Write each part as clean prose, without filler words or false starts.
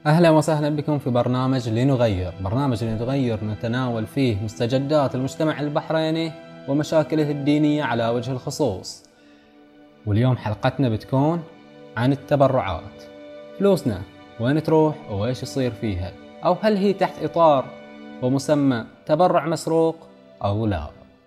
أهلا وسهلا بكم في برنامج لنغير نتناول فيه مستجدات المجتمع البحريني ومشاكله الدينية على وجه الخصوص. واليوم حلقتنا بتكون عن التبرعات. فلوسنا وين تروح وإيش يصير فيها، أو هل هي تحت إطار ومسمى تبرع مسروق أو لا؟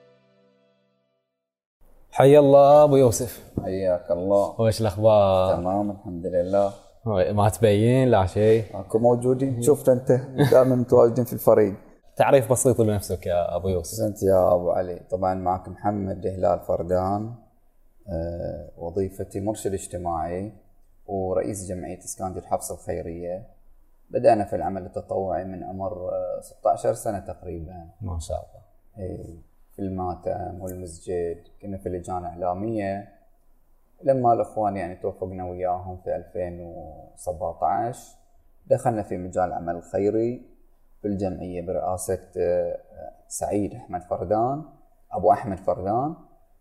حي الله أبو يوسف. حياك الله. وإيش الأخبار؟ تمام الحمد لله. ما تبين لا شيء. ماكو موجودين. شفت انت دائما متواجدين في الفريق. تعريف بسيط بنفسك يا أبو يوسف. انت يا ابو علي. طبعا معك محمد هلال فردان. وظيفتي مرشد اجتماعي ورئيس جمعية اسكندر حفص الخيرية. بدأنا في العمل التطوعي من عمر 16 سنة تقريبا. ما شاء الله. في الماتم والمسجد، كنا في اللجان الإعلامية لما الأخوان يعني توفقنا وياهم في 2017 دخلنا في مجال العمل الخيري في الجمعية برئاسة سعيد أحمد فردان أبو أحمد فردان،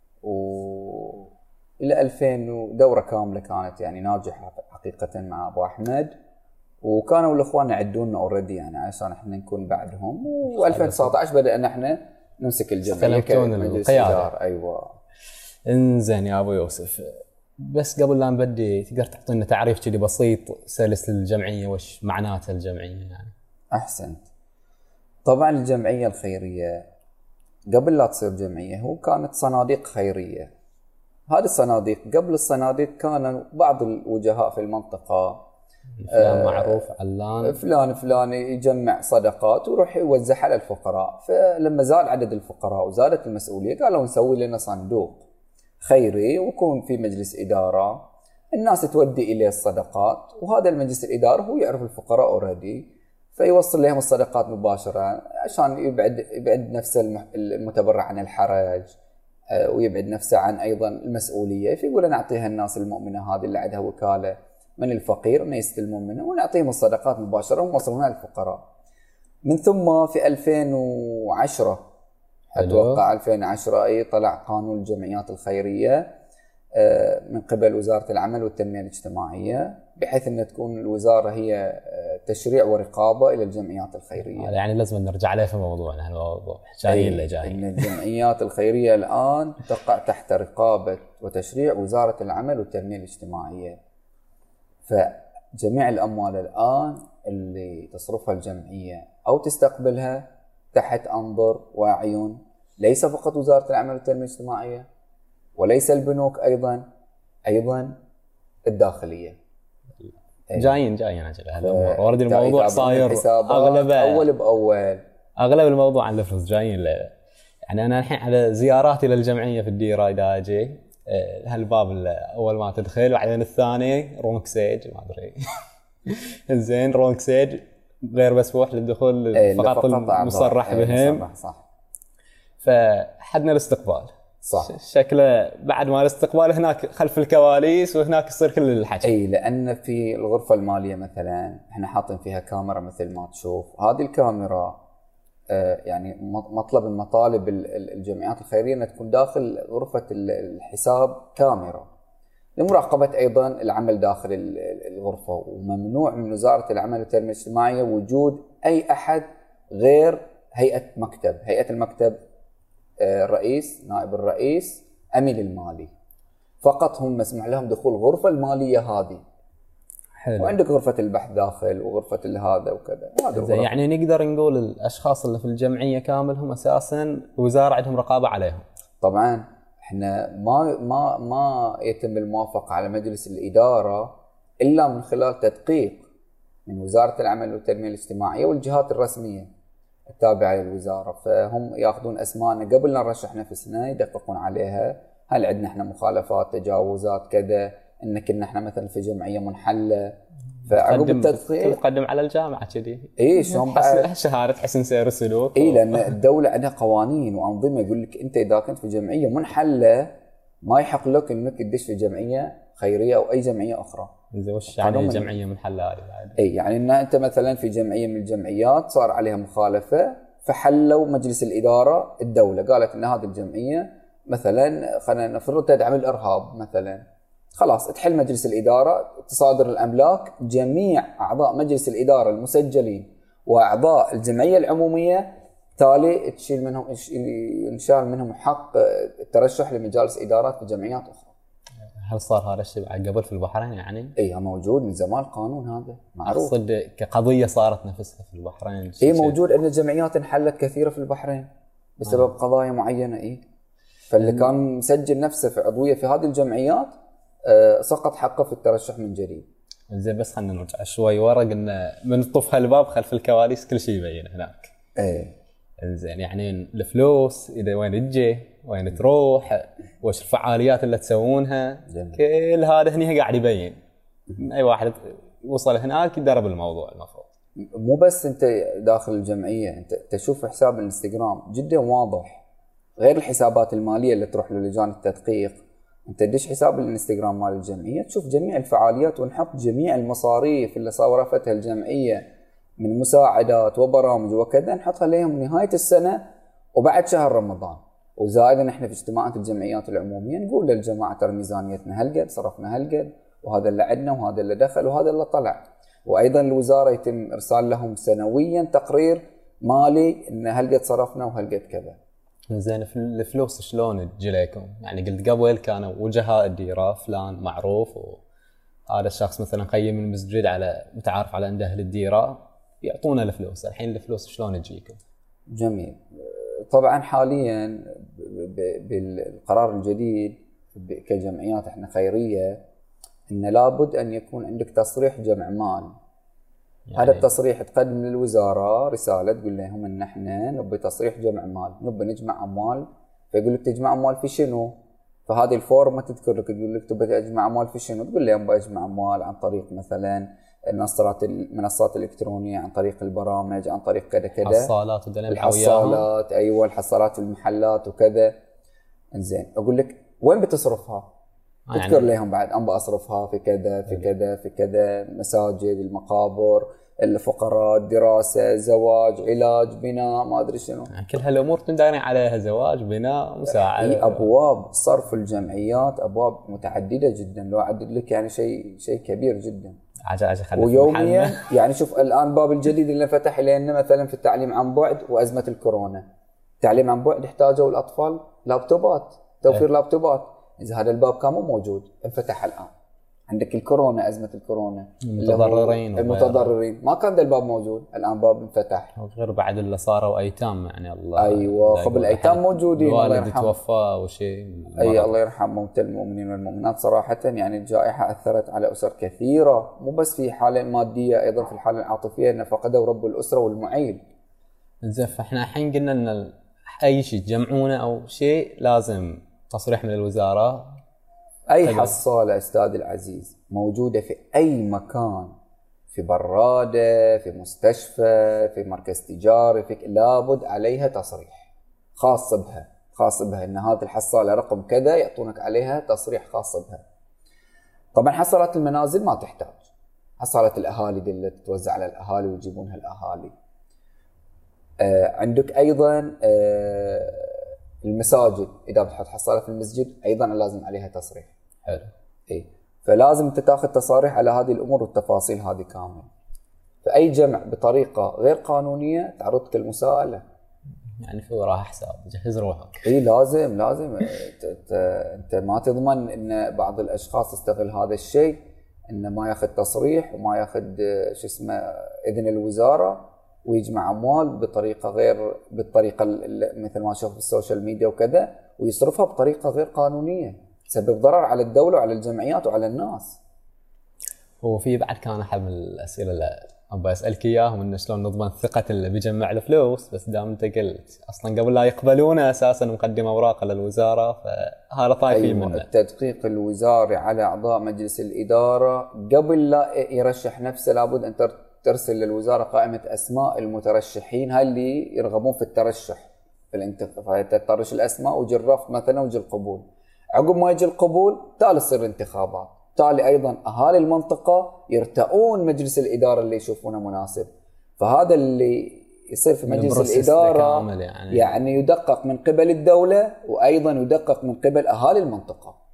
وإلى 2000 دورة كاملة كانت يعني ناجحة حقيقة مع أبو أحمد، وكانوا الأخوان يعدونا أوريدي يعني عشان احنا نكون بعدهم. و2019 بدأنا احنا نمسك الجمعية كمجلس إدارة. أيوة. انزين يا أبو يوسف، بس قبل لا نبدي تقدر تعطينا تعريف كذي بسيط سلس للجمعية، وش معناتها الجمعية يعني؟ أحسنت. طبعا الجمعية الخيرية قبل لا تصير جمعية هو كانت صناديق خيرية. هذه الصناديق قبل الصناديق كان بعض الوجهاء في المنطقة فلان معروف علان فلان يجمع صدقات ويروح يوزعها على الفقراء. فلما زاد عدد الفقراء وزادت المسؤولية قالوا نسوي لنا صندوق خيري ويكون في مجلس إدارة الناس تودي إليه الصدقات، وهذا المجلس الإدارة هو يعرف الفقراء أوريدي فيوصل لهم الصدقات مباشرة عشان يبعد نفسه المتبرع عن الحرج، ويبعد نفسه عن أيضا المسؤولية. فيقول نعطيها الناس المؤمنة هذه اللي عندها وكالة من الفقير أن يستلمون منه ونعطيهم الصدقات مباشرة ونوصلونها للفقراء. من ثم في 2010 أتوقع 2010 أي طلع قانون الجمعيات الخيرية من قبل وزارة العمل والتنمية الاجتماعية، بحيث أن تكون الوزارة هي تشريع ورقابة إلى الجمعيات الخيرية. يعني لازم نرجع له في موضوعنا الموضوع جايين. الجمعيات الخيرية الآن تقع تحت رقابة وتشريع وزارة العمل والتنمية الاجتماعية. فجميع الأموال الآن اللي تصرفها الجمعية أو تستقبلها تحت أنظر وأعين ليس فقط وزارة العمل والتنمية الاجتماعية وليس البنوك، أيضا الداخلية. جايين أجل هالأمور ورد الموضوع صاير أغلبه أول بأول. أغلب الموضوع عن الفلوس جايين يعني أنا الحين على زياراتي للجمعية في الديرة إذا أجي هالباب أول ما تدخل وبعدين الثاني رونك سيج ما أدري زين رونك سيج غير مسموح للدخول فقط المصرح بهم. صح. فحدنا الاستقبال صح. شكله بعد ما الاستقبال هناك خلف الكواليس وهناك يصير كل الحكي. اي لان في الغرفه الماليه مثلا احنا حاطين فيها كاميرا مثل ما تشوف. هذه الكاميرا يعني مطلب من مطالب الجمعيات الخيريه ان تكون داخل غرفه الحساب كاميرا لمراقبه ايضا العمل داخل الغرفه. وممنوع من وزاره العمل والتنميه الاجتماعيه وجود اي احد غير هيئه المكتب، الرئيس، نائب الرئيس، أمين المالي، فقط هم مسموح لهم دخول الغرفة المالية هذه. حلو. وعندك غرفة البحث داخل وغرفة هذا وكذا. يعني نقدر نقول الأشخاص اللي في الجمعية كاملهم أساساً الوزارة عندهم رقابة عليهم. طبعاً احنا ما يتم الموافقة على مجلس الإدارة إلا من خلال تدقيق من وزارة العمل والتنمية الاجتماعية والجهات الرسمية التابعة للوزارة. فهم ياخذون اسماءنا قبل لا نرشح نفسنا يدققون عليها، هل عندنا احنا مخالفات تجاوزات كذا، ان كنا احنا مثلا في جمعيه منحله. فعقب التدقيق تقدم على الجامعه كذي. اي شلون شهاده حسن سير السلوك. اي لان الدوله عندها قوانين وانظمه يقول لك انت اذا كنت في جمعيه منحله ما يحق لك انك تدش في جمعيه خيريه او اي جمعيه اخرى. زين وش يعني جمعيه منحله هذه بعد؟ اي يعني ان انت مثلا في جمعيه من الجمعيات صار عليها مخالفه فحلوا مجلس الاداره الدوله قالت ان هذه الجمعيه مثلا خلينا نفرض تدعم الارهاب مثلا، خلاص تحل مجلس الإدارة، تصادر الأملاك، جميع أعضاء مجلس الإدارة المسجلين وأعضاء الجمعية العمومية تالي تشيل منهم، ينشال منهم حق الترشح لمجالس إدارات في جمعيات أخرى. هل صار هذا الشيء بعد قبل في البحرين يعني؟ اي موجود من زمان القانون هذا معروف. اقصد كقضيه صارت نفسها في البحرين. اي موجود، ان الجمعيات انحلت كثيره في البحرين بسبب قضايا معينه. اي فاللي كان مسجل نفسه في عضويه في هذه الجمعيات سقط حقه في الترشح من جديد. زين بس خلينا نرجع شوي ورا، قلنا من طف هالباب خلف الكواليس كل شيء يبين هناك. ايه زين يعني الفلوس اذا وين تجي وين تروح وش الفعاليات اللي تسوونها كل هذا هني قاعد يبين. اي واحد وصل هناك يدرب الموضوع المفروض. مو بس انت داخل الجمعيه، انت تشوف حساب الانستغرام جدا واضح، غير الحسابات الماليه اللي تروح للجان التدقيق. انت تدش حساب الانستغرام مال الجمعيه تشوف جميع الفعاليات، ونحط جميع المصاريف اللي صرفتها الجمعيه من مساعدات وبرامج وكذا، نحطها لهم نهايه السنه وبعد شهر رمضان. وزائدا احنا في اجتماعات الجمعيات العموميه نقول للجماعه ترى ميزانيتنا هالقد، صرفنا هالقد، وهذا اللي عندنا وهذا اللي دخل وهذا اللي طلع. وايضا الوزاره يتم ارسال لهم سنويا تقرير مالي ان هالقد صرفنا وهالقد كذا. زين الفلوس شلون تجي لكم؟ يعني قلت قبل كانوا وجهاء الديره فلان معروف وهذا الشخص مثلا قيم المسجد على متعارف على عنده اهل الديره يعطونا الفلوس، الحين الفلوس شلون تجيكم؟ جميل. طبعا حاليا بالقرار الجديد كجمعيات احنا خيريه ان لابد ان يكون عندك تصريح جمع مال. يعني هذا التصريح تقدم للوزاره رساله تقول لهم ان احنا نبي تصريح جمع مال، نبي نجمع اموال. فيقول لك تجمع اموال في شنو؟ فهذه الفورم ما تذكر لك، تقول لك تبي تجمع اموال في شنو؟ تقول لهم بجمع اموال عن طريق مثلا المنصات الالكترونيه، عن طريق البرامج، عن طريق كذا كذا، الحصالات الحصالات، ايوه الحصالات المحلات وكذا. انزين اقول لك وين بتصرفها؟ تذكر يعني لهم بعد أنا بأصرفها في كذا في كذا في كذا، مساجد، المقابر، الفقراء، دراسة، زواج، علاج، بناء، ما أدري شنو. يعني كل هالأمور تندري عليها، زواج، بناء، مساعدة. أبواب صرف الجمعيات أبواب متعددة جدا، لو أعدد لك يعني شيء كبير جدا. ويوميا يعني شوف الآن باب الجديد اللي فتح لنا مثلا في التعليم عن بعد وأزمة الكورونا. التعليم عن بعد احتاجوا الأطفال لابتوبات، توفير لابتوبات. إذا هذا الباب كان مو موجود انفتح الآن. عندك الكورونا، أزمة الكورونا، المتضررين ما كان ذا الباب موجود، الآن باب انفتح. غير بعد اللي صاروا أيتام يعني الله. أيوة خب الأيتام موجودين، الوالد توفى وشيء. أي الله يرحم موتى المؤمنين والمؤمنات. صراحة يعني الجائحة أثرت على أسر كثيرة، مو بس في حالة مادية، أيضا في الحالة العاطفية أن فقدوا رب الأسرة والمعيل. زين فإحنا الحين قلنا أن أي شيء تجمعونه أو شيء لازم تصريح من الوزارة. أي حصالة أستاذ العزيز موجودة في أي مكان، في برادة، في مستشفى، في مركز تجاري، لابد عليها تصريح خاص بها إن هذه الحصالة رقم كذا، يعطونك عليها تصريح خاص بها. طبعا حصالات المنازل ما تحتاج، حصالة الأهالي دي اللي تتوزع على الأهالي ويجيبونها الأهالي. عندك أيضا المساجد، إذا بتحط حصالة في المسجد أيضا لازم عليها تصريح. حلو. إيه فلازم تتاخذ تصاريح على هذه الأمور والتفاصيل هذه كاملة. فأي جمع بطريقة غير قانونية تعرضك المساءلة. يعني في وراها حساب، جهز روحك. إيه لازم أنت ما تضمن إن بعض الأشخاص يستغل هذا الشيء، إنه ما ياخذ تصريح وما ياخذ إذن الوزارة ويجمع أموال بطريقة غير بالطريقة مثل ما نشوف في السوشيال ميديا وكذا، ويصرفها بطريقة غير قانونية تسبب ضرر على الدولة وعلى الجمعيات وعلى الناس. وفي بعد كان أحد من الأسئلة اللي أبغى أسألك إياهم إنه شلون نضمن ثقة اللي بيجمع الفلوس، بس دام أنت قلت أصلاً قبل لا يقبلونه أساساً مقدم أوراق للوزارة، فهذا طايفين منه. التدقيق الوزاري على أعضاء مجلس الإدارة قبل لا يرشح نفسه لابد أن ترسل للوزارة قائمة أسماء المترشحين هاي اللي يرغبون في الترشح في الانتخابات. تطرش الأسماء ويجي الرفض مثلا ويجي القبول. عقب ما يجي القبول تالي تصير انتخابات، تالي أيضا أهالي المنطقة يرتؤون مجلس الإدارة اللي يشوفونه مناسب. فهذا اللي يصير في مجلس الإدارة يعني يدقق من قبل الدولة وأيضا يدقق من قبل أهالي المنطقة.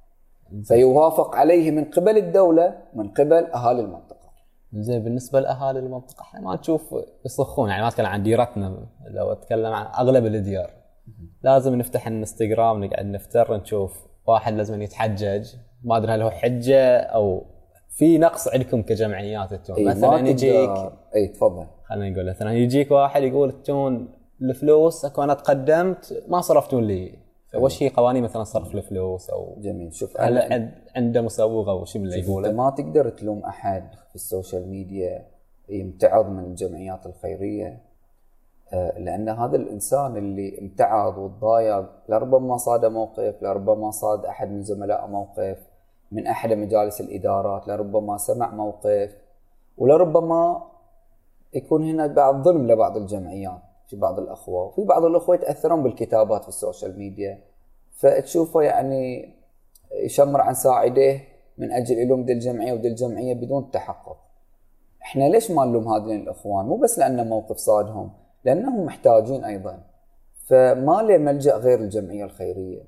فيوافق عليه من قبل الدولة من قبل أهالي المنطقة. زين، بالنسبة لأهالي المنطقة احنا ما نشوف يصخون، يعني ما أتكلم عن ديرتنا، لو أتكلم عن أغلب الديار لازم نفتح الانستغرام نقعد نفتر نشوف واحد لازم يتحجج، ما أدري هل هو حجة أو في نقص عندكم كجمعيات التون. مثلا يجيك تفضل، خلينا نقول مثلا يجيك واحد يقول التون الفلوس اكو انا تقدمت ما صرفتون لي، وش هي قوانين مثلا صرف الفلوس او جميل. شوف، هل عنده مسوغه وش من اللي يقوله؟ ما تقدر تلوم احد في السوشيال ميديا يمتعض من الجمعيات الخيريه، لان هذا الانسان اللي امتعض وتضايق لربما صاد موقف، لربما صاد احد من زملائه موقف من احد مجالس الادارات، لربما سمع موقف، ولربما يكون هنا بعض ظلم لبعض الجمعيات في بعض الأخوة، وفي بعض الأخوة يتأثرون بالكتابات في السوشيال ميديا، فتشوفه يعني يشمر عن ساعديه من أجل يلوم دي الجمعية ودي الجمعية بدون تحقق. إحنا ليش ما نلوم هذين الأخوان؟ مو بس لأن موقف صادهم، لأنهم محتاجين أيضا، فما له ملجأ غير الجمعية الخيرية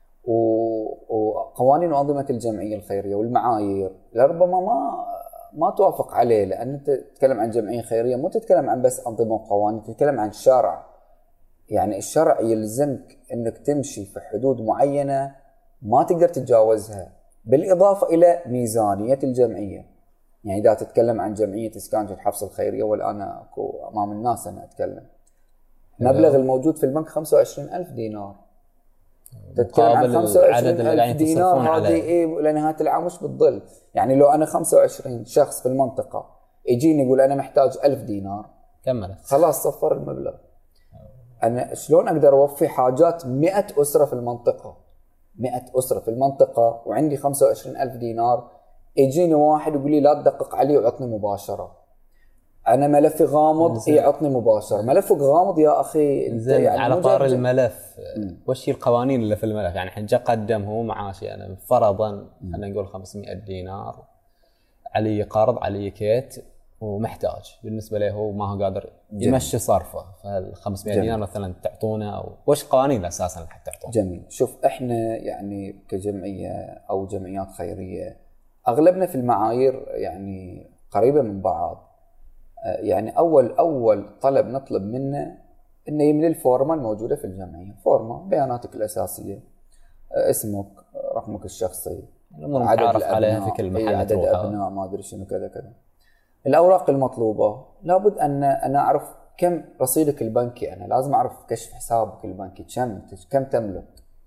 وقوانين وأنظمة الجمعية الخيرية والمعايير لربما ما توافق عليه، لأن أنت تتكلم عن جمعية خيرية مو تتكلم عن بس أنظمة وقوانين، تتكلم عن شرع. يعني الشرع يلزمك أنك تمشي في حدود معينة ما تقدر تتجاوزها، بالإضافة إلى ميزانية الجمعية. يعني إذا تتكلم عن جمعية إسكان الحفص الخيرية، والآن أكو أمام الناس أنا أتكلم، مبلغ الموجود في البنك 25,000 دينار. تتكلم عن 25,000 دينار، هذه لنهاية العام مش بتضل. يعني لو أنا 25 شخص في المنطقة يجيني يقول أنا محتاج 1000 دينار، كملت خلاص صفر المبلغ. أنا شلون أقدر أوفي حاجات 100 أسرة في المنطقة، 100 أسرة في المنطقة وعندي 25,000 دينار؟ يجيني واحد يقول لي لا تدقق علي وعطني مباشرة. أنا ملفي غامض، يعطني مباشرة. ملفك غامض يا أخي. زين، يعني على طار الملف، وش هي القوانين اللي في الملف؟ يعني حين جاء قدم هو معاشي أنا فرضا خلينا نقول 500 دينار، علي قرض علي كيت ومحتاج، بالنسبة له هو ما هو قادر يمشي صرفه، فال 500 دينار مثلا تعطونه، أو وش قوانين أساسا حتى تعطونه؟ جميل. شوف، إحنا يعني كجمعية أو جمعيات خيرية أغلبنا في المعايير يعني قريبة من بعض. يعني أول طلب نطلب منه إنه يملي الفورمة الموجودة في الجمعية، فورمة بياناتك الأساسية، اسمك، رقمك الشخصي، عدد الأبناء عليها في كل محل، عدد أبناء، ما أدري شنو كذا كذا. الأوراق المطلوبة لابد أن أنا أعرف كم رصيدك البنكي، أنا لازم أعرف كشف حسابك البنكي كم تملك.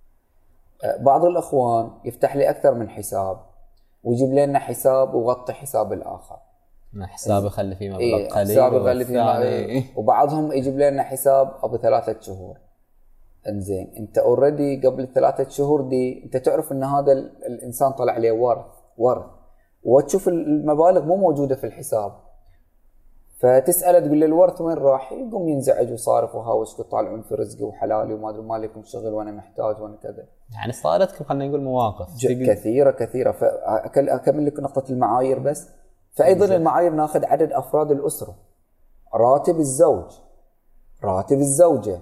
بعض الأخوان يفتح لي أكثر من حساب ويجيب لنا حساب ويغطي حساب الآخر، حساب يخلي فيه مبلغ قليل، حساب يخلي فيه وبعضهم يجيب لنا حساب أبو 3 شهور. انزين، انت اوريدي قبل 3 شهور دي انت تعرف ان هذا الانسان طلع عليه ورث وتشوف المبالغ مو موجوده في الحساب، فتساله تقول له الورث وين راح؟ يقوم ينزعج وصارف وهاوش وطالعون في رزقي وحلالي وما ادري ما لكم شغل وانا محتاج وانا كذا. يعني صارتكم خلينا نقول مواقف كثيره. فاكمل لك نقطه المعايير بس. فايضا المعايير ناخذ عدد افراد الاسره، راتب الزوج، راتب الزوجه،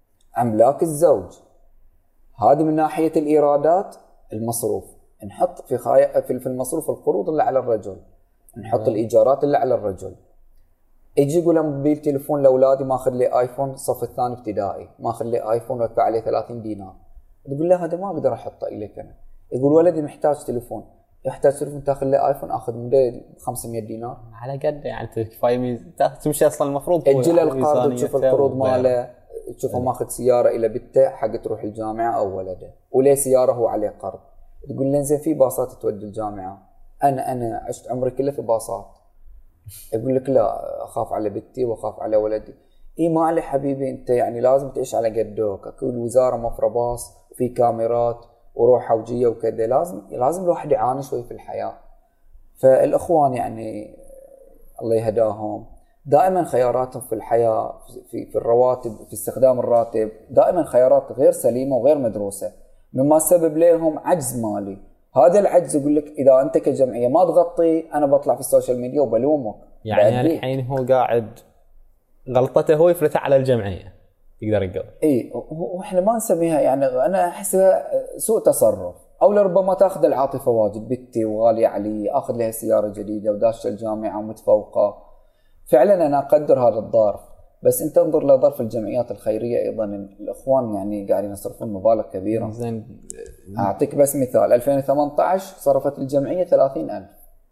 أملاك الزوج. هذه من ناحية الإيرادات. المصروف نحط في المصروف القروض اللي على الرجل، نحط الإيجارات اللي على الرجل. يجي يقول موبيل تليفون لأولادي، ماخذ لي آيفون الصف الثاني ابتدائي، ماخذ لي آيفون وادفع عليه 30 دينار. تقول له هذا ما أقدر أحطه إليك أنا. يقول ولدي محتاج تليفون، يحتاج تليفون، تاخذ لي آيفون، أخذ من 500 دينار على قد يعني كفاية تمشي أصلا. المفروض تجي له القرض وتشوف القروض ماله، تشوفه ماخذ سيارة إلى بيته حق تروح الجامعة أو ولده، وليه سيارة هو عليه قرض. تقول له زين في باصات تودي الجامعة، أنا عشت عمري كله في باصات. يقول لك لا، أخاف على بنتي وأخاف على ولدي. ما عليه حبيبي، أنت يعني لازم تعيش على قدوك. كل وزارة موفرة باص وفي كاميرات وروحة وجية وكذا، لازم الواحد يعاني شوي في الحياة. فالأخوان يعني الله يهداهم دائما خياراتهم في الحياة في الرواتب، في استخدام الراتب، دائما خيارات غير سليمة وغير مدروسة، مما سبب لهم عجز مالي. هذا العجز يقول لك إذا أنت كجمعية ما تغطي، أنا بطلع في السوشيال ميديا وبلومك. يعني الحين هو قاعد غلطته هو يفلتها على الجمعية، يقدر يقول. وإحنا ما نسميها، يعني أنا أحسها سوء تصرف. او لربما تاخذ العاطفه واجد، بنتي وغاليه علي، اخذ لها سياره جديده وداشة الجامعه ومتفوقه. فعلا انا اقدر هذا الظرف، بس انت انظر لظرف الجمعيات الخيريه ايضا، الاخوان يعني قاعدين يصرفون مبالغ كبيره. زين اعطيك بس مثال، 2018 صرفت الجمعيه 30,000،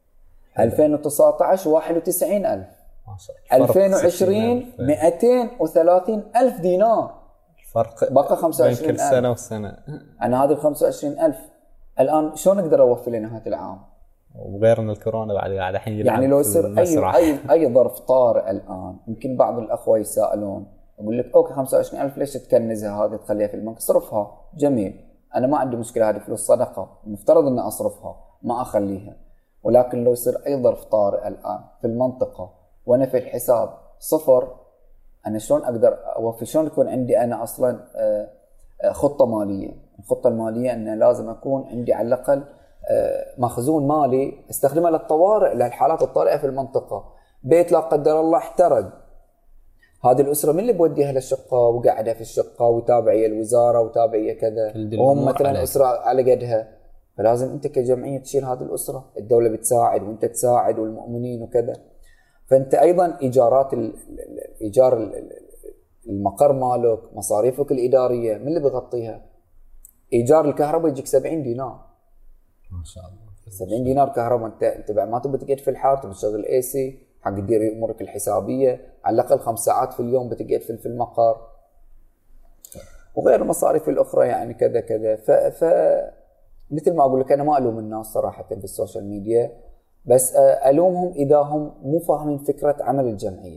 2019 91,000، ما شاء الله 2020 230,000 دينار. الفرق بقى بين 25,000 كل سنه والسنه. انا هذه ب 25,000 الان شلون اقدر اوفي لنهايه العام؟ وغير ان الكورونا بعد قاعد الحين يلعب يعني لو في يصير المسرح. اي ظرف طارئ الان، يمكن بعض الاخوه يسالون، اقول لك اوكي 25,000 ليش تكنزها هذه تخليها في البنك؟ اصرفها، جميل، انا ما عندي مشكله، هذه فلوس صدقه المفترض اني اصرفها ما اخليها. ولكن لو يصير اي ظرف طارئ الان في المنطقه وانا في الحساب صفر، انا شلون اقدر اوفي؟ شلون يكون عندي انا اصلا خطه ماليه؟ الخطه الماليه ان لازم اكون عندي على الاقل مخزون مالي استخدمه للطوارئ، للحالات الطارئه في المنطقه. بيت لا قدر الله احترق، هذه الاسره من اللي بوديها للشقه وقاعده في الشقه وتابعيه الوزاره وتابعيه كذا، وهم مثلا عليك. اسره على قدها، فلازم انت كجمعيه تشيل هذه الاسره، الدوله بتساعد وانت تساعد والمؤمنين وكذا. فانت ايضا ايجارات ايجار المقر مالك، مصاريفك الاداريه من اللي بيغطيها؟ ايجار الكهرباء يجيك 70 دينار ما شاء الله، 70 دينار كهرباء. انت بعد ما تبي تقعد في الحار، تبي تشغل اي سي حق تدير امورك الحسابيه، على الاقل 5 ساعات في اليوم بتقعد في المقر، وغير المصاريف الاخرى يعني كذا كذا. ف مثل ما اقول لك، انا ما الوم الناس صراحه في السوشيال ميديا، بس الومهم اذا هم مو فاهمين فكره عمل الجمعيه،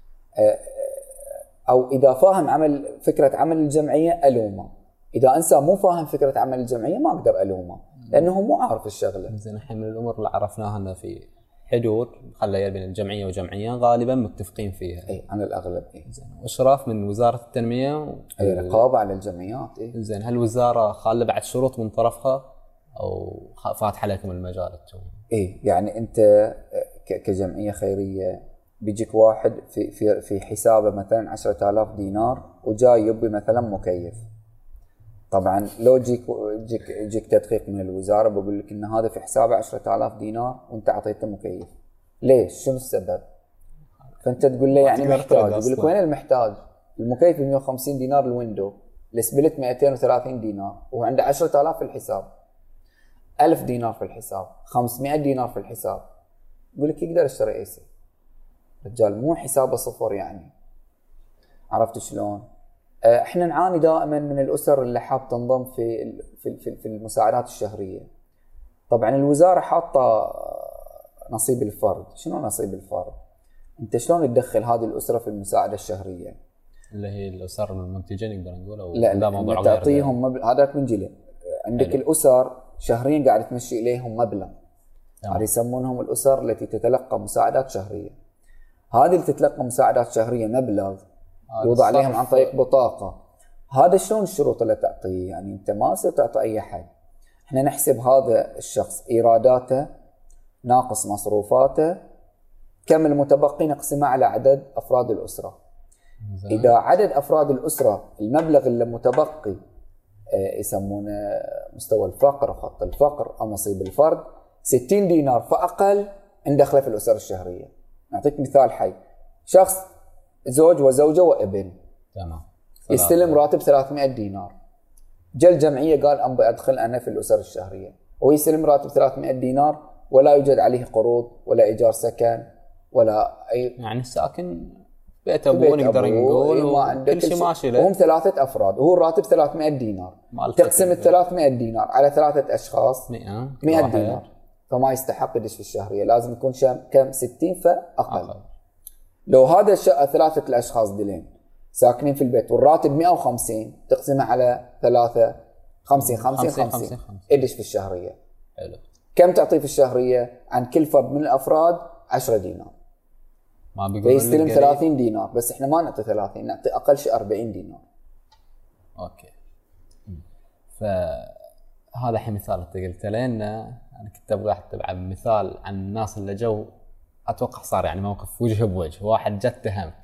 او اذا فاهم فكره عمل الجمعيه الومه. اذا انسان مو فاهم فكره عمل الجمعيه ما اقدر الومه، لانه مو عارف الشغله. زين الحين من الامور اللي عرفناها انه في حدود خلينا بين الجمعيه وجمعيه غالبا متفقين فيها. اي على الاغلب. اي زين، واشراف من وزاره التنميه اي رقابه على الجمعيات. اي زين، هل الوزاره خاله بعد شروط من طرفها او فاتحه لكم المجال انتم؟ اي يعني انت كجمعيه خيريه بيجيك واحد في حسابه مثلا 10,000 دينار وجاي يبي مثلا مكيف. طبعا لو يجيك تدقيق من الوزاره بقول لك ان هذا في حسابه 10,000 دينار وانت اعطيته مكيف، ليش؟ شنو السبب؟ فانت تقول له يعني محتاج، يقول لك وين المحتاج؟ المكيف ب 150 دينار الويندو، السبلت 230 دينار، وعنده 10,000 في الحساب، 1000 دينار في الحساب، 500 دينار في الحساب، يقول لك يقدر يشتري اي سي. رجال مو حسابه صفر يعني. عرفت شلون؟ احنا نعاني دائما من الاسر اللي حاب تنضم في المساعدات الشهريه. طبعا الوزاره حاطه نصيب الفرد. شنو نصيب الفرد؟ انت شلون تدخل هذه الاسره في المساعده الشهريه؟ اللي هي الاسر المنتجه نقدر نقول، او لا موضوع تعطيهم هذاك من جهه. عندك الاسر شهريا قاعد تمشي اليهم مبلغ، هذه يسمونهم الاسر التي تتلقى مساعدات شهريه. هذه اللي تتلقى مساعدات شهريه مبلغ يوضع عليهم عن طريق بطاقه. هذا شلون الشروط اللي تعطيه؟ يعني انت ما تصير تعطي اي حد. احنا نحسب هذا الشخص ايراداته ناقص مصروفاته، كم المتبقي نقسمه على عدد افراد الاسره. اذا عدد افراد الاسره المبلغ اللي متبقي يسمونه مستوى الفقر، خط الفقر او نصيب الفرد 60 دينار فاقل ندخله في الاسر الشهريه. نعطيك مثال حي، شخص زوج وزوجه وابن، تمام، يستلم راتب 300 دينار، جاء الجمعيه قال ابي ادخل انا في الاسر الشهريه، ويستلم راتب 300 دينار ولا يوجد عليه قروض ولا ايجار سكن ولا اي، يعني ساكن بيت ابوه نقدر نقول، وكل شيء ماشي له. وهم 3 افراد وهو الراتب 300 دينار، تقسم ال 300 دينار على 3 اشخاص 100 دينار، فما يستحق يدش في الشهريه، لازم يكون كم 60 فاقل. لو هذا 3 الاشخاص دلين ساكنين في البيت والراتب 150 تقسمه على 3 50 ادش في الشهريه. حلو. كم تعطيه في الشهريه عن كل فرد من الافراد؟ 10 دينار. ما بيقولون فيستلم 30 دينار، بس احنا ما نعطي 30، نعطي اقل شيء 40 دينار. اوكي. فهذا الحين مثال انت قلت لنا، انا كنت ابغى احكي عن مثال عن الناس اللي جو اتوقع صار يعني موقف وجه بوجه، واحد جت تهمك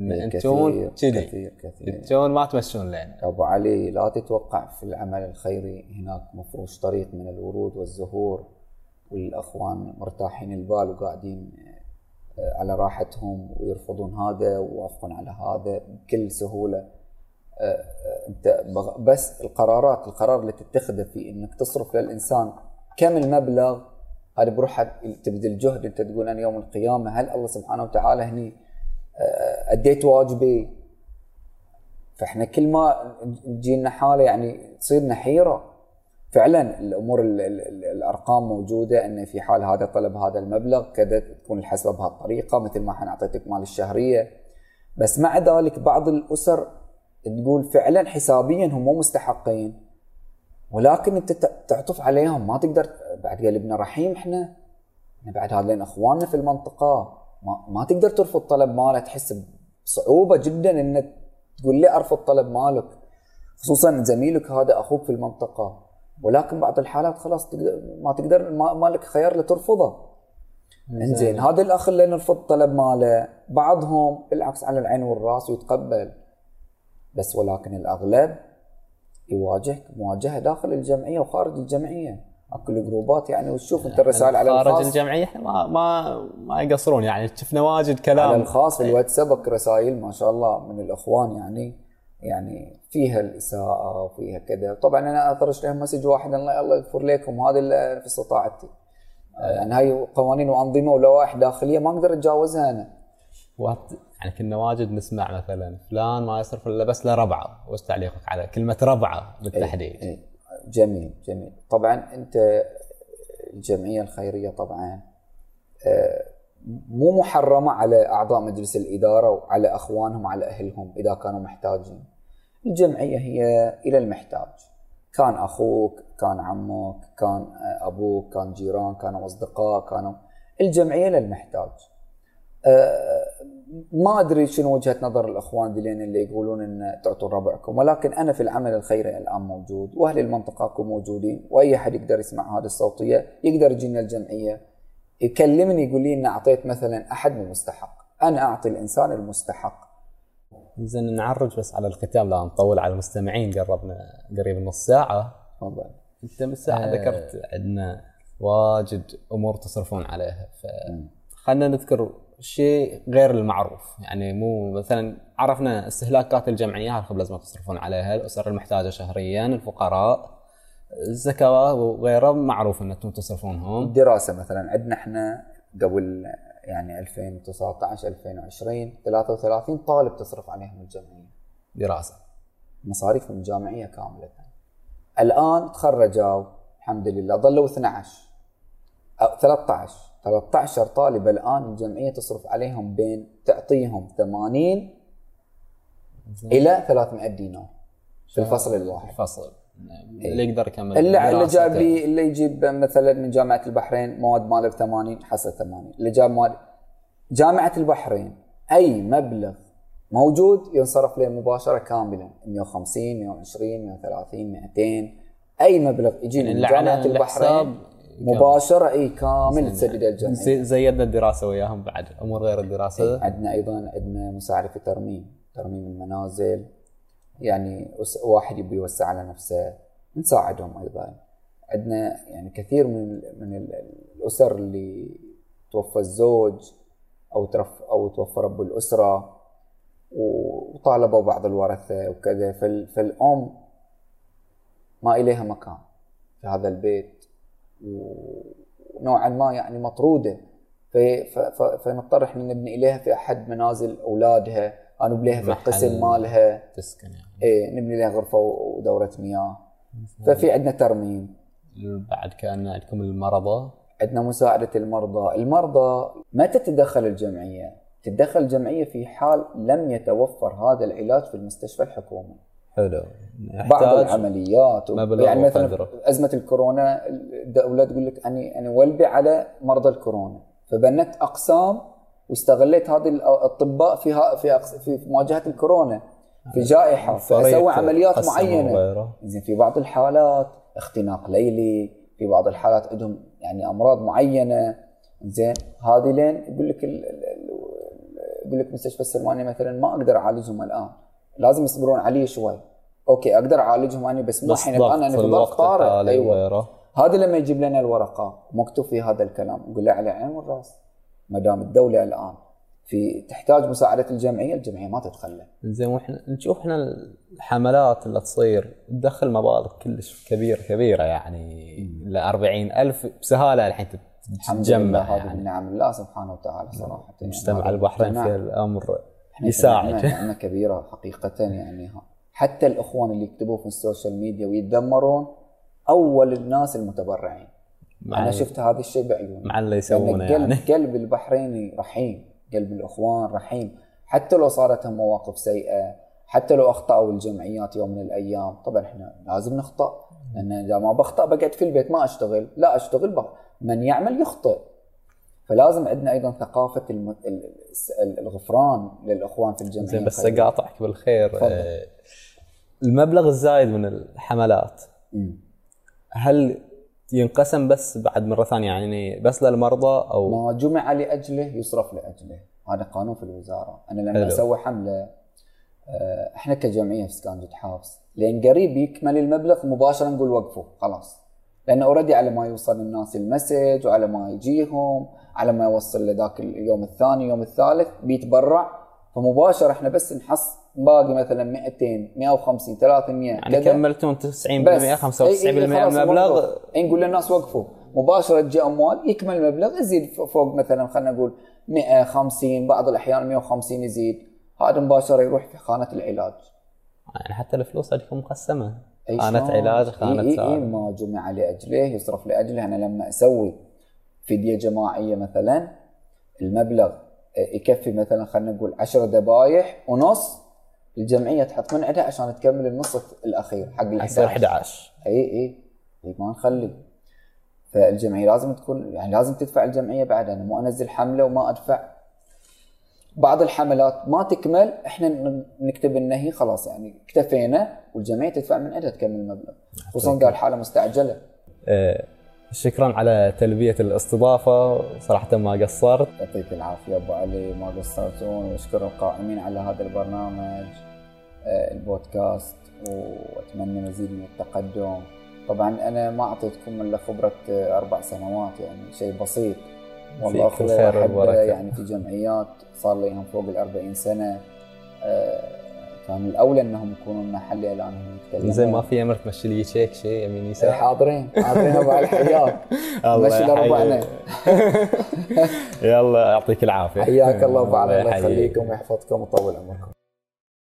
انتون كذي كثير انتون ما تمشون لين. ابو علي لا تتوقع في العمل الخيري هناك مفروش طريق من الورود والزهور، والاخوان مرتاحين البال وقاعدين على راحتهم ويرفضون هذا ويوافقون على هذا بكل سهوله. انت بس القرار اللي تتخذه في انك تصرف للانسان كم المبلغ، هذا بروحها تبذل جهد. انت تقول انا يوم القيامه هل الله سبحانه وتعالى هني اديت واجبي؟ فاحنا كل ما تجينا حاله يعني تصير حيره. فعلا الامور الارقام موجوده، ان في حال هذا طلب هذا المبلغ كذا تكون الحسبه بهالطريقه مثل ما احنا اعطيتك مال الشهريه. بس مع ذلك بعض الاسر تقول فعلا حسابيا هم مو مستحقين، ولكن انت تعطف عليهم ما تقدر. بعد قلبنا رحيم احنا بعد هذين اخواننا في المنطقه، ما تقدر ترفض طلب ماله. تحس بصعوبه جدا ان تقول لي ارفض طلب مالك، خصوصا زميلك هذا اخوك في المنطقه. ولكن بعض الحالات خلاص ما تقدر، ما لك خيار لترفضه. انزين هذا الاخ اللي نرفض طلب ماله بعضهم بالعكس على العين والراس ويتقبل، بس ولكن الاغلب يواجهك مواجهه داخل الجمعيه وخارج الجمعيه. اكو جروبات يعني، وتشوف انت الرسائل على الخاص خارج الجمعيه ما يقصرون يعني. شفنا واجد كلام على الخاص في الواتساب، رسائل ما شاء الله من الاخوان يعني فيها الاساءه وفيها كذا. طبعا انا اطرش لهم مسج واحد الله يغفر لكم، هذا اللي في استطاعتي. يعني هاي قوانين وانظمه ولوائح داخليه ما اقدر اتجاوزها انا. يعني كنا واجد نسمع مثلا فلان ما يصرف الا بس لربعه. وش تعليقك على كلمه ربعه بالتحديد؟ اي جميل. طبعا انت الجمعيه الخيريه طبعا مو محرمه على اعضاء مجلس الاداره وعلى اخوانهم على اهلهم اذا كانوا محتاجين. الجمعيه هي الى المحتاج، كان اخوك، كان عمك، كان ابوك، كان جيران، كانوا اصدقاء، كانوا الجمعيه للمحتاج. ما ادري شنو وجهه نظر الاخوان ذلين اللي يقولون ان تعطوا ربعكم، ولكن انا في العمل الخيري الان موجود، واهل المنطقه موجودين، واي احد يقدر يسمع هذه الصوتيه يقدر يجينا الجمعيه يكلمني يقول لي ان اعطيت مثلا احد مو مستحق. انا اعطي الانسان المستحق. زين نعرج بس على الختام لا نطول على المستمعين، قربنا قريب النص ساعه. تفضل. انت من ساعه ذكرت عندنا واجد امور تصرفون عليها، فخلنا نذكر شيء غير المعروف. يعني مو مثلا عرفنا استهلاكات الجمعيه، هالخب لازم تصرفون عليها، الاسر المحتاجه شهريا، الفقراء، الزكاه وغيره معروف ان انتم تصرفونهم. الدراسه مثلا عندنا احنا قبل يعني 2019 2020 33 طالب تصرف عليهم الجمعيه دراسه، مصاريفهم الجامعيه كامله. الان تخرجوا الحمد لله، ظلوا 12 أو 13 طالب الان الجمعيه تصرف عليهم تعطيهم 80 الى 300 دينار في الفصل الواحد. الفصل اللي يقدر يكمل اللي جاب لي اللي يجيب مثلا من جامعه البحرين مواد ماله ب 80 حصه 80، اللي جاب مواد جامعه البحرين اي مبلغ موجود ينصرف له مباشره كاملا 150 120 130 200 اي مبلغ يجي من جامعه البحرين مباشره اي كامل تسدد الجمعيه. زيدنا الدراسه وياهم بعد امور غير الدراسه. عندنا ايضا مساعده في ترميم المنازل، يعني واحد يبي يوسع على نفسه نساعدهم. ايضا عندنا يعني كثير من الاسر اللي توفى الزوج او توفى رب الاسره وطالبوا بعض الورثه وكذا، فالام ما اليها مكان في هذا البيت ونوعا ما يعني مطروده، فنضطر احنا نبني اليها في احد منازل اولادها او نبنيها في القسم مالها تسكن يعني. نبني لها غرفه ودوره مياه. ففي عندنا ترميم. بعد كان عندكم المرضى، عندنا مساعده المرضى متى تتدخل الجمعيه؟ تتدخل الجمعيه في حال لم يتوفر هذا العلاج في المستشفى الحكومي. حلو. بعض العمليات يعني مثلا ازمه الكورونا الدوله تقول لك اني ولبي على مرضى الكورونا، فبنت اقسام واستغليت هذه الاطباء في مواجهه الكورونا في جائحه، فاسوي عمليات معينه. زين في بعض الحالات اختناق ليلي، في بعض الحالات عندهم يعني امراض معينه. زين هذه لين يقول لك تقول لك مستشفى السلماني مثلا ما اقدر اعالجهم الان، لازم يصبرون علي شوي. اوكي اقدر اعالجهم انا بس مو الحين الان، انا في ظرف طارئ. ايوه هذا لما يجيب لنا الورقه مكتوب في هذا الكلام نقول له على العين والراس. ما دام الدوله الان في تحتاج مساعده الجمعيه ما تتخلى. زين واحنا نشوف الحملات اللي تصير تدخل مبالغ كلش كبيره يعني ل 40,000 بسهاله الحين تتجمع. هذه من نعم الله سبحانه وتعالى صراحه. مجتمع البحرين في الامر يساعد نعمه كبيره حقيقه يعني. حتى الاخوان اللي يكتبوا في السوشيال ميديا ويتذمرون اول الناس المتبرعين. انا شفت هذا الشيء بعيوني مع اللي يسوونه يعني. قلب البحريني رحيم، قلب الاخوان رحيم، حتى لو صارت هم مواقف سيئه، حتى لو اخطاوا الجمعيات يوم من الايام. طبعا احنا لازم نخطا، لان اذا ما بخطا بقعد في البيت ما اشتغل، لا اشتغل من يعمل يخطئ. فلازم عندنا ايضا ثقافه الغفران للاخوان في الجمعيه. زين بس اقاطعك بالخير. المبلغ الزايد من الحملات هل ينقسم بس بعد مرة ثانية يعني بس للمرضى أو ما جمع لأجله يصرف لأجله؟ هذا قانون في الوزارة. أنا لما أسوي حملة إحنا كجمعية في سكان جد حافظ لأن قريب يكمل المبلغ مباشرة نقول وقفوا خلاص، لأنه أوريدي على ما يوصل الناس المسج وعلى ما يجيهم على ما يوصل لذاك اليوم الثاني يوم الثالث بيتبرع، فمباشرة إحنا بس نحص باقي مثلا 200 150 300 يعني كملتون 90% 95% من المبلغ. نقول للناس وقفوا مباشرة تجي أموال يكمل المبلغ يزيد فوق مثلا خلينا نقول 150 بعض الأحيان 150 يزيد، هذا مباشرة يروح في خانة العلاج. يعني حتى الفلوس تكون مقسمة خانة علاج خانة سعر. ما جمع لأجله يصرف لأجله. أنا لما أسوي فدية جماعية مثلا المبلغ يكفي مثلا خلينا نقول 10 ذبايح ونص، الجمعية تحط من عندها عشان تكمل النص الأخير حق ال 11. اي ما نخلي. فالجمعية لازم تكون يعني لازم تدفع الجمعية بعد. أنا مو أنزل حملة وما أدفع. بعض الحملات ما تكمل احنا نكتب النهي خلاص يعني اكتفينا والجمعية تدفع من عندها تكمل المبلغ، خصوصا قال حالة مستعجلة. شكرا على تلبية الاستضافة صراحة ما قصرت. يعطيك العافية أبو علي ما قصرتون، واشكر القائمين على هذا البرنامج البودكاست وأتمنى مزيد من التقدم. طبعا أنا ما أعطيتكم إلا خبرة 4 سنوات يعني شيء بسيط والله أخوة يعني في جمعيات صار لهم فوق 40 سنة. كان الأولى أنهم يكونوا محلي الآن يتكلمون. زي ما في أمر تمشي لي شيك شيء يمين يسار. حاضرين أبو علي حياك. مشي لربعنا. يلا يعطيك العافية. حياك الله أبو علي، الله يخليكم ويحفظكم ويطول عمركم.